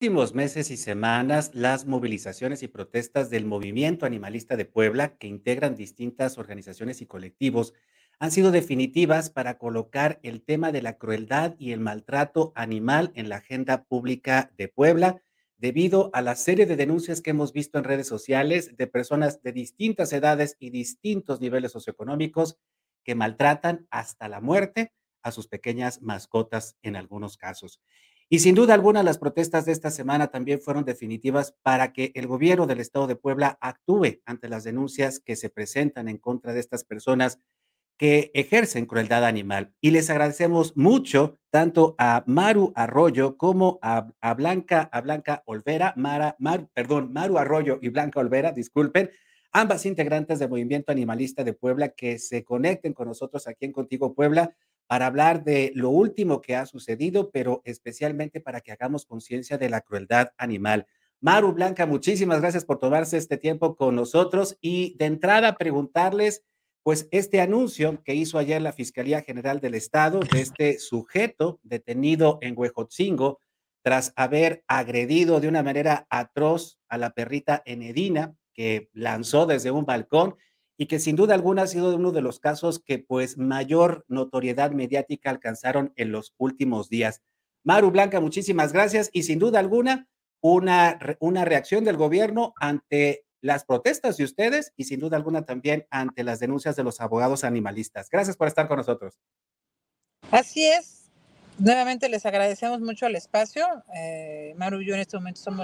Últimos meses y semanas, las movilizaciones y protestas del movimiento animalista de Puebla, que integran distintas organizaciones y colectivos, han sido definitivas para colocar el tema de la crueldad y el maltrato animal en la agenda pública de Puebla, debido a la serie de denuncias que hemos visto en redes sociales de personas de distintas edades y distintos niveles socioeconómicos que maltratan hasta la muerte a sus pequeñas mascotas en algunos casos. Y sin duda alguna, las protestas de esta semana también fueron definitivas para que el gobierno del estado de Puebla actúe ante las denuncias que se presentan en contra de estas personas que ejercen crueldad animal. Y les agradecemos mucho tanto a Maru Arroyo como a Blanca Olvera, Maru Arroyo y Blanca Olvera, disculpen, ambas integrantes del Movimiento Animalista de Puebla, que se conecten con nosotros aquí en Contigo Puebla para hablar de lo último que ha sucedido, pero especialmente para que hagamos conciencia de la crueldad animal. Maru, Blanca, muchísimas gracias por tomarse este tiempo con nosotros y de entrada preguntarles, pues, este anuncio que hizo ayer la Fiscalía General del Estado de este sujeto detenido en Huejotzingo tras haber agredido de una manera atroz a la perrita Enedina, que lanzó desde un balcón y que sin duda alguna ha sido uno de los casos que pues mayor notoriedad mediática alcanzaron en los últimos días. Maru, Blanca, muchísimas gracias y sin duda alguna una reacción del gobierno ante las protestas de ustedes y sin duda alguna también ante las denuncias de los abogados animalistas. Gracias por estar con nosotros. Así es. Nuevamente les agradecemos mucho el espacio. Maru y yo en este momento somos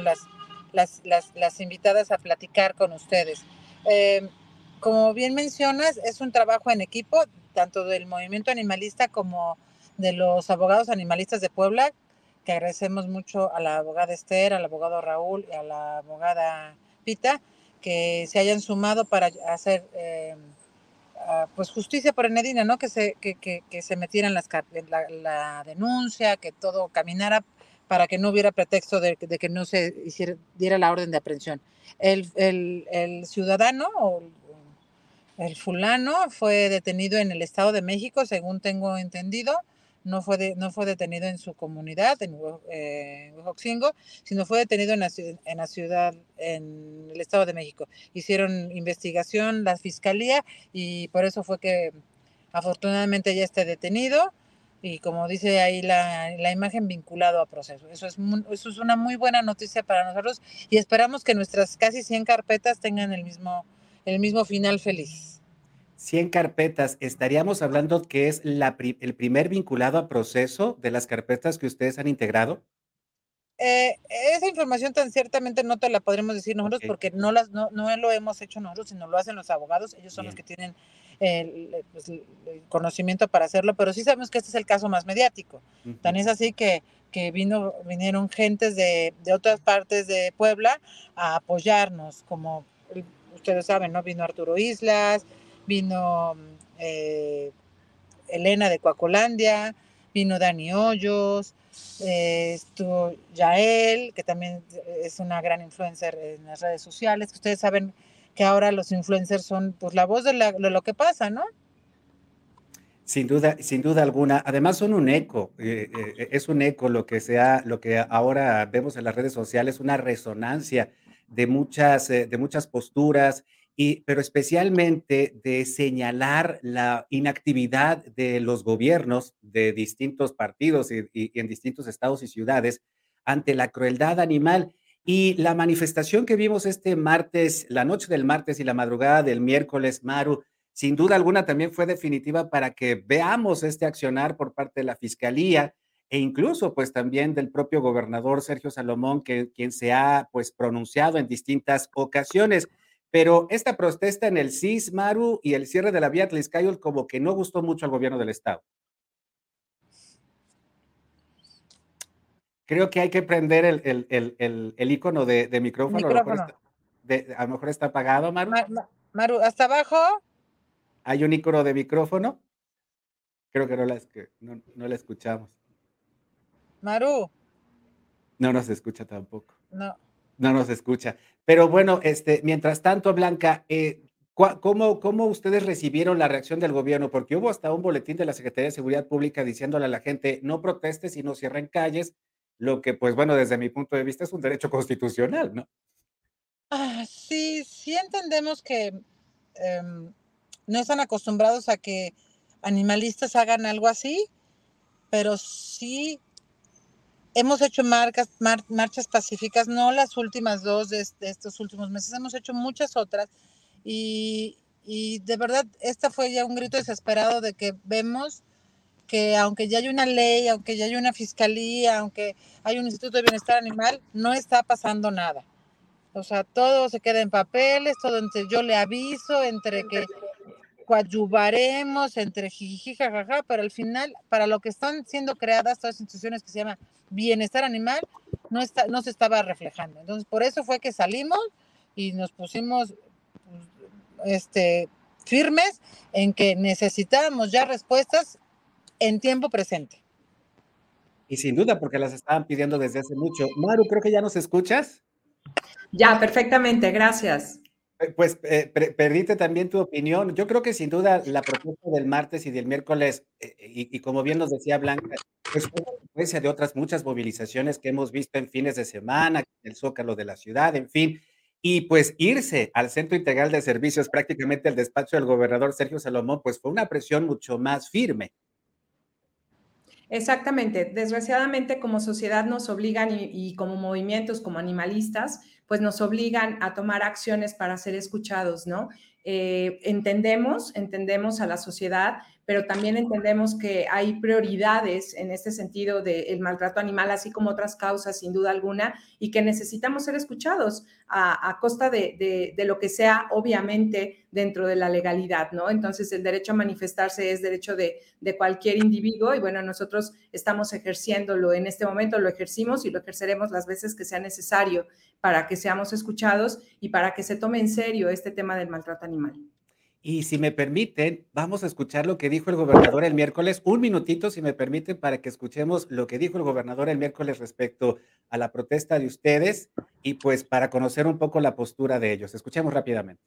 las invitadas a platicar con ustedes. Eh, Como bien mencionas, es un trabajo en equipo, tanto del movimiento animalista como de los abogados animalistas de Puebla, que agradecemos mucho a la abogada Esther, al abogado Raúl y a la abogada Pita, que se hayan sumado para hacer pues justicia por Enedina, ¿no? Que se metiera en la denuncia, que todo caminara para que no hubiera pretexto de que no se diera la orden de aprehensión. El ciudadano o el fulano fue detenido en el Estado de México, según tengo entendido. No fue detenido en su comunidad, en Huejotzingo, sino fue detenido en la ciudad, en el Estado de México. Hicieron investigación la fiscalía y por eso fue que afortunadamente ya está detenido y como dice ahí la imagen vinculado a proceso. Eso es una muy buena noticia para nosotros y esperamos que nuestras casi 100 carpetas tengan el mismo final feliz. 100 carpetas, estaríamos hablando que es el primer vinculado a proceso de las carpetas que ustedes han integrado. Esa información tan ciertamente no te la podremos decir nosotros Ok, porque no lo hemos hecho nosotros, sino lo hacen los abogados. Ellos son los bien. que tienen pues, el conocimiento para hacerlo, pero sí sabemos que este es el caso más mediático. Tan Ujú. es así que vinieron gentes de otras partes de Puebla a apoyarnos, como ustedes saben, ¿no? Vino Arturo Islas, vino Elena de Coacolandia, vino Dani Hoyos, estuvo Yael, que también es una gran influencer en las redes sociales, que ustedes saben que ahora los influencers son pues la voz de lo que pasa, ¿no? Sin duda alguna. Además son un eco, es un eco lo que ahora vemos en las redes sociales, una resonancia de muchas posturas, pero especialmente de señalar la inactividad de los gobiernos de distintos partidos y en distintos estados y ciudades ante la crueldad animal. Y la manifestación que vimos este martes, la noche del martes y la madrugada del miércoles, Maru, sin duda alguna también fue definitiva para que veamos este accionar por parte de la Fiscalía e incluso pues también del propio gobernador Sergio Salomón, quien se ha pues pronunciado en distintas ocasiones. Pero esta protesta en el CIS, Maru, y el cierre de la vía Tlaxcayol como que no gustó mucho al gobierno del estado. Creo que hay que prender el icono de micrófono, a lo mejor Micrófono. a lo mejor está apagado, Maru. Maru, hasta abajo. Hay un icono de micrófono, creo que no la escuchamos. Maru, No nos escucha tampoco. no. No nos escucha. Pero bueno, mientras tanto, Blanca, ¿cómo ustedes recibieron la reacción del gobierno? Porque hubo hasta un boletín de la Secretaría de Seguridad Pública diciéndole a la gente, no proteste, sino cierren calles. lo que, pues bueno, desde mi punto de vista es un derecho constitucional, ¿no? Sí, sí entendemos que no están acostumbrados a que animalistas hagan algo así, pero sí hemos hecho marchas pacíficas, no las últimas dos de estos últimos meses, hemos hecho muchas otras y de verdad esta fue ya un grito desesperado de que vemos que aunque ya hay una ley, aunque ya hay una fiscalía, aunque hay un Instituto de Bienestar Animal, no está pasando nada. O sea, todo se queda en papeles, todo entre yo le aviso, entre que coadyuvaremos, entre jiji, jajaja, pero al final, para lo que están siendo creadas todas las instituciones que se llama bienestar animal, no se estaba reflejando. Entonces, por eso fue que salimos y nos pusimos firmes en que necesitábamos ya respuestas en tiempo presente. Y sin duda, porque las estaban pidiendo desde hace mucho. Maru, creo que ya nos escuchas. Ya, perfectamente, gracias. Pues perdiste también tu opinión. Yo creo que sin duda la propuesta del martes y del miércoles, y como bien nos decía Blanca, pues fue consecuencia de otras muchas movilizaciones que hemos visto en fines de semana, el Zócalo de la ciudad, en fin. Y pues irse al Centro Integral de Servicios, prácticamente al despacho del gobernador Sergio Salomón, pues fue una presión mucho más firme. Exactamente. Desgraciadamente, como sociedad nos obligan y como movimientos, como animalistas, pues nos obligan a tomar acciones para ser escuchados, ¿no? Entendemos a la sociedad, pero también entendemos que hay prioridades en este sentido del maltrato animal, así como otras causas, sin duda alguna, y que necesitamos ser escuchados a costa de lo que sea, obviamente, dentro de la legalidad, ¿no? Entonces, el derecho a manifestarse es derecho de cualquier individuo y bueno, nosotros estamos ejerciéndolo en este momento, lo ejercimos y lo ejerceremos las veces que sea necesario para que seamos escuchados y para que se tome en serio este tema del maltrato animal. Y si me permiten, vamos a escuchar lo que dijo el gobernador el miércoles. Un minutito, si me permiten, para que escuchemos lo que dijo el gobernador el miércoles respecto a la protesta de ustedes y pues para conocer un poco la postura de ellos. Escuchemos rápidamente.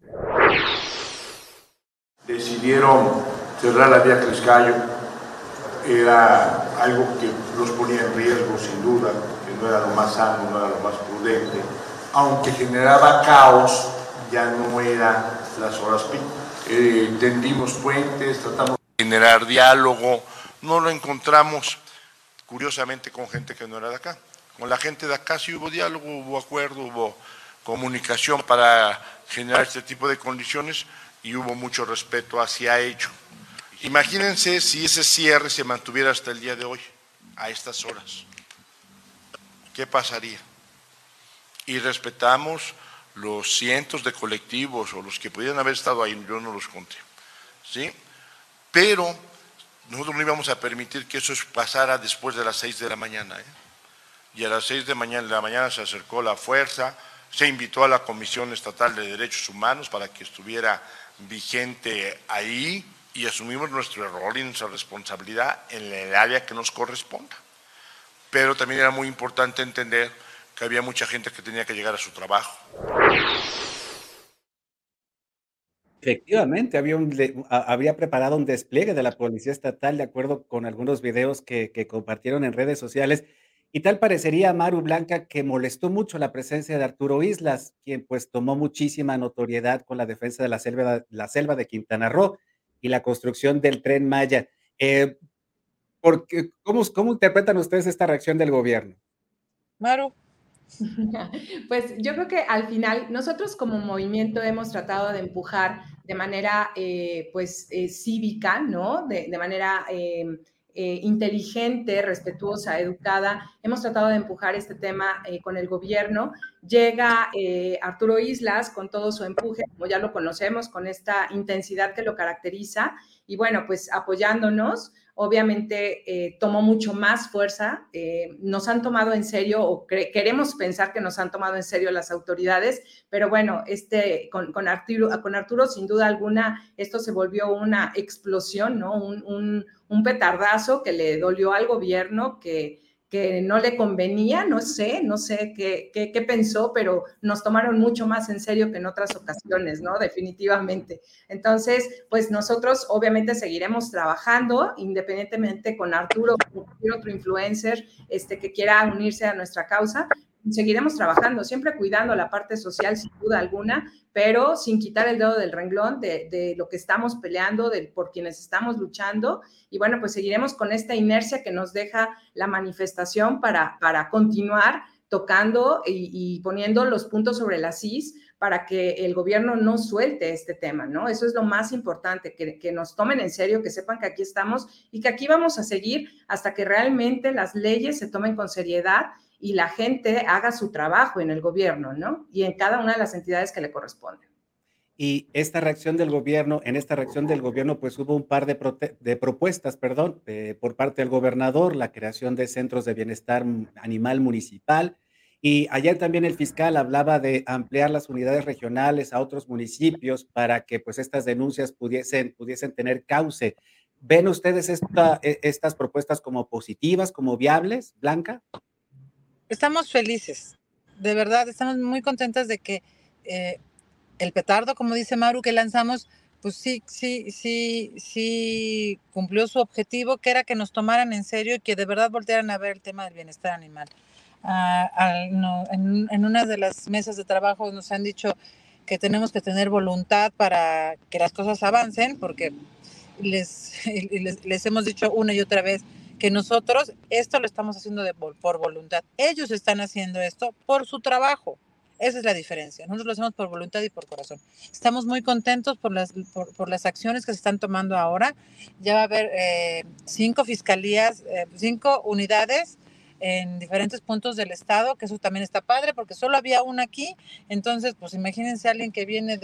Decidieron cerrar la vía Crescayo. Era algo que los ponía en riesgo, sin duda, que no era lo más sano, no era lo más prudente. Aunque generaba caos, ya no eran las horas pico. Tendimos puentes, tratamos de generar diálogo. No lo encontramos, curiosamente, con gente que no era de acá. Con la gente de acá sí hubo diálogo, hubo acuerdo, hubo comunicación para generar este tipo de condiciones y hubo mucho respeto hacia ello. Imagínense si ese cierre se mantuviera hasta el día de hoy, a estas horas. ¿Qué pasaría? Y respetamos los cientos de colectivos o los que pudieran haber estado ahí, yo no los conté, ¿sí? Pero nosotros no íbamos a permitir que eso pasara después de las 6 de la mañana, ¿eh? Y a las 6 de la mañana se acercó la fuerza, se invitó a la Comisión Estatal de Derechos Humanos para que estuviera vigente ahí y asumimos nuestro error y nuestra responsabilidad en el área que nos corresponda. Pero también era muy importante entender que había mucha gente que tenía que llegar a su trabajo. Efectivamente, había preparado un despliegue de la Policía Estatal de acuerdo con algunos videos que compartieron en redes sociales. Y tal parecería, Maru Blanca, que molestó mucho la presencia de Arturo Islas, quien pues tomó muchísima notoriedad con la defensa de la selva de Quintana Roo y la construcción del Tren Maya. ¿Cómo interpretan ustedes esta reacción del gobierno? Maru. Pues yo creo que al final nosotros como movimiento hemos tratado de empujar de manera cívica, ¿no? De manera inteligente, respetuosa, educada. Hemos tratado de empujar este tema con el gobierno. Llega Arturo Islas con todo su empuje, como ya lo conocemos, con esta intensidad que lo caracteriza y bueno, pues apoyándonos. Obviamente tomó mucho más fuerza, nos han tomado en serio o queremos pensar que nos han tomado en serio las autoridades, pero bueno, con Arturo sin duda alguna esto se volvió una explosión, ¿no? Un petardazo que le dolió al gobierno, que no le convenía, no sé qué pensó, pero nos tomaron mucho más en serio que en otras ocasiones, ¿no? Definitivamente. Entonces, pues nosotros obviamente seguiremos trabajando, independientemente con Arturo o cualquier otro influencer que quiera unirse a nuestra causa. Seguiremos trabajando, siempre cuidando la parte social, sin duda alguna, pero sin quitar el dedo del renglón de lo que estamos peleando, por quienes estamos luchando. Y bueno, pues seguiremos con esta inercia que nos deja la manifestación para continuar tocando y poniendo los puntos sobre las is para que el gobierno no suelte este tema, ¿no? Eso es lo más importante, que nos tomen en serio, que sepan que aquí estamos y que aquí vamos a seguir hasta que realmente las leyes se tomen con seriedad y la gente haga su trabajo en el gobierno, ¿no? Y en cada una de las entidades que le corresponden. Y esta reacción del gobierno, en esta reacción del gobierno, pues hubo un par de propuestas, perdón, por parte del gobernador, la creación de centros de bienestar animal municipal. Y ayer también el fiscal hablaba de ampliar las unidades regionales a otros municipios para que pues estas denuncias pudiesen tener cauce. ¿Ven ustedes estas propuestas como positivas, como viables, Blanca? Estamos felices, de verdad, estamos muy contentas de que el petardo, como dice Maru, que lanzamos, pues sí cumplió su objetivo, que era que nos tomaran en serio y que de verdad voltearan a ver el tema del bienestar animal. En una de las mesas de trabajo nos han dicho que tenemos que tener voluntad para que las cosas avancen, porque les hemos dicho una y otra vez que nosotros esto lo estamos haciendo por voluntad. Ellos están haciendo esto por su trabajo. Esa es la diferencia. Nosotros lo hacemos por voluntad y por corazón. Estamos muy contentos por las acciones que se están tomando ahora. Ya va a haber 5 fiscalías, 5 unidades en diferentes puntos del estado, que eso también está padre, porque solo había una aquí. Entonces, pues imagínense a alguien que viene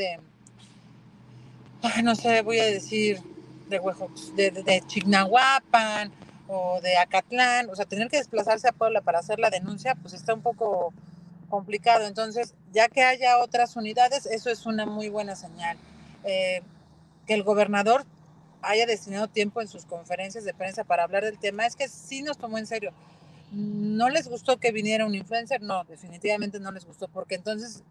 no sé, voy a decir, de Chignahuapan o de Acatlán, o sea, tener que desplazarse a Puebla para hacer la denuncia, pues está un poco complicado. Entonces, ya que haya otras unidades, eso es una muy buena señal. Que el gobernador haya destinado tiempo en sus conferencias de prensa para hablar del tema, es que sí nos tomó en serio. ¿No les gustó que viniera un influencer? No, definitivamente no les gustó, porque entonces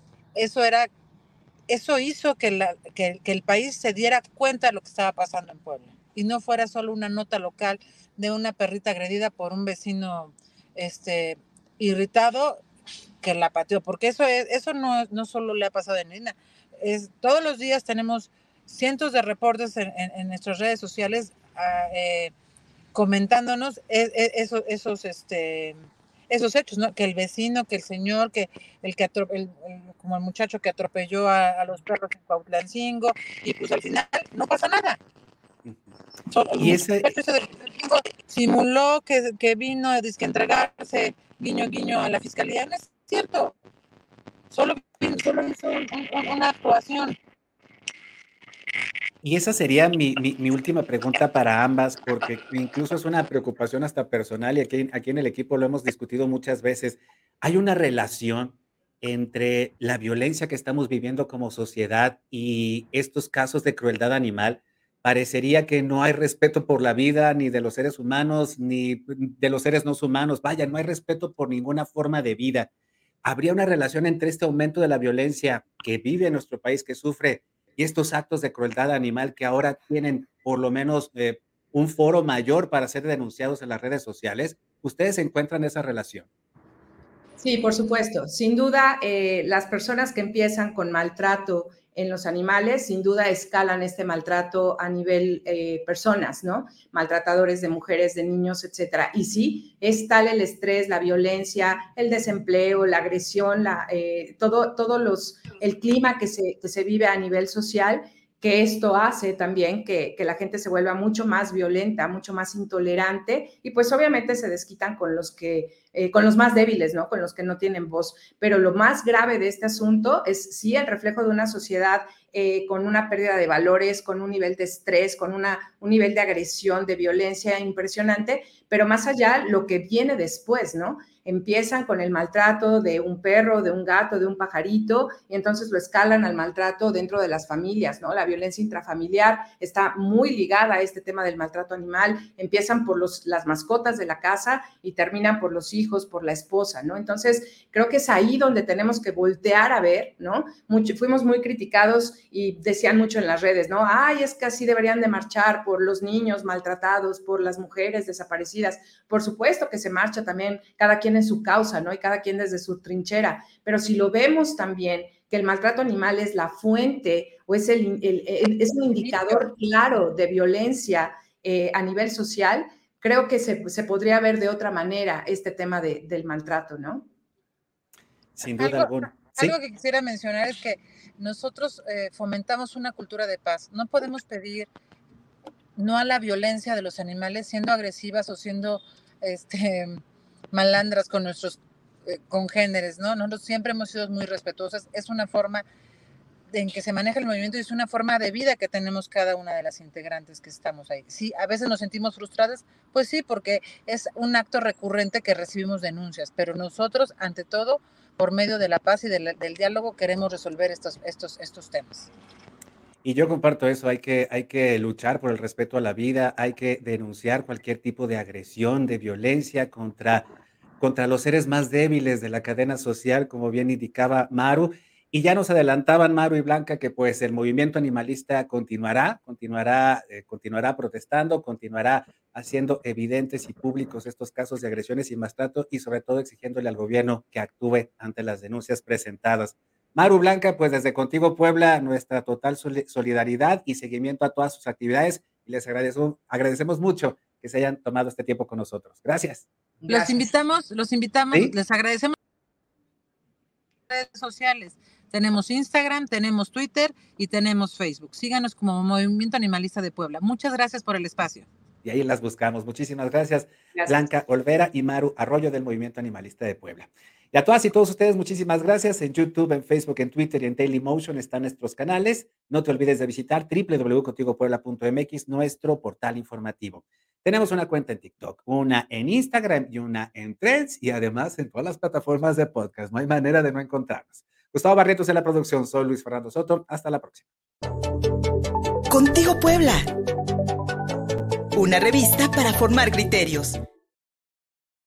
eso hizo que el país se diera cuenta de lo que estaba pasando en Puebla y no fuera solo una nota local de una perrita agredida por un vecino irritado que la pateó, porque eso no solo le ha pasado a Nina, todos los días tenemos cientos de reportes en nuestras redes sociales comentándonos esos hechos, ¿no? Que el vecino, que el señor, que como el muchacho que atropelló a los perros en Cuautlancingo, y pues al final no pasa nada. Solo el Y ese, muchacho del simuló que vino a entregarse guiño guiño a la fiscalía. No es cierto. Solo hizo una actuación. Y esa sería mi última pregunta para ambas, porque incluso es una preocupación hasta personal y aquí en el equipo lo hemos discutido muchas veces. ¿Hay una relación entre la violencia que estamos viviendo como sociedad y estos casos de crueldad animal? Parecería que no hay respeto por la vida ni de los seres humanos ni de los seres no humanos. Vaya, no hay respeto por ninguna forma de vida. ¿Habría una relación entre este aumento de la violencia que vive nuestro país, que sufre, y estos actos de crueldad animal que ahora tienen por lo menos un foro mayor para ser denunciados en las redes sociales? ¿Ustedes encuentran esa relación? Sí, por supuesto. Sin duda, las personas que empiezan con maltrato en los animales, sin duda escalan este maltrato a nivel personas, ¿no? Maltratadores de mujeres, de niños, etcétera. Y sí, es tal el estrés, la violencia, el desempleo, la agresión, el clima que se vive a nivel social, que esto hace también que la gente se vuelva mucho más violenta, mucho más intolerante, y pues obviamente se desquitan con los que con los más débiles, ¿no? Con los que no tienen voz. Pero lo más grave de este asunto es sí el reflejo de una sociedad con una pérdida de valores, con un nivel de estrés, con un nivel de agresión, de violencia impresionante, pero más allá lo que viene después, ¿no? Empiezan con el maltrato de un perro, de un gato, de un pajarito, y entonces lo escalan al maltrato dentro de las familias, ¿no? La violencia intrafamiliar está muy ligada a este tema del maltrato animal. Empiezan por las mascotas de la casa y terminan por los hijos, por la esposa, ¿no? Entonces, creo que es ahí donde tenemos que voltear a ver, ¿no? Fuimos muy criticados y decían mucho en las redes, ¿no? Ay, es que así deberían de marchar por los niños maltratados, por las mujeres desaparecidas. Por supuesto que se marcha también cada quien en su causa, ¿no? Y cada quien desde su trinchera, pero si lo vemos también que el maltrato animal es la fuente o es un indicador claro de violencia a nivel social, creo que se podría ver de otra manera este tema del maltrato, ¿no? Sin duda alguna. ¿Sí? Algo que quisiera mencionar es que nosotros fomentamos una cultura de paz. No podemos pedir no a la violencia de los animales siendo agresivas o siendo malandras con nuestros congéneres, ¿no? Nosotros siempre hemos sido muy respetuosas. Es una forma en que se maneja el movimiento y es una forma de vida que tenemos cada una de las integrantes que estamos ahí. Sí, a veces nos sentimos frustradas, pues sí, porque es un acto recurrente que recibimos denuncias, pero nosotros, ante todo, por medio de la paz y del diálogo, queremos resolver estos temas. Y yo comparto eso, hay que luchar por el respeto a la vida, hay que denunciar cualquier tipo de agresión, de violencia contra los seres más débiles de la cadena social, como bien indicaba Maru. Y ya nos adelantaban Maru y Blanca que pues el movimiento animalista continuará protestando, continuará haciendo evidentes y públicos estos casos de agresiones y maltrato y sobre todo exigiéndole al gobierno que actúe ante las denuncias presentadas. Maru, Blanca, pues desde Contigo Puebla, nuestra total solidaridad y seguimiento a todas sus actividades y les agradecemos mucho que se hayan tomado este tiempo con nosotros. Gracias. Los invitamos, ¿Sí? les agradecemos las redes sociales. Tenemos Instagram, tenemos Twitter y tenemos Facebook. Síganos como Movimiento Animalista de Puebla. Muchas gracias por el espacio. Y ahí las buscamos. Muchísimas gracias, Blanca Olvera y Maru Arroyo del Movimiento Animalista de Puebla. Y a todas y todos ustedes, muchísimas gracias. En YouTube, en Facebook, en Twitter y en Dailymotion están nuestros canales. No te olvides de visitar www.contigopuebla.mx, nuestro portal informativo. Tenemos una cuenta en TikTok, una en Instagram y una en Threads y además en todas las plataformas de podcast. No hay manera de no encontrarnos. Gustavo Barrientos en la producción. Soy Luis Fernando Soto. Hasta la próxima. Contigo Puebla. Una revista para formar criterios.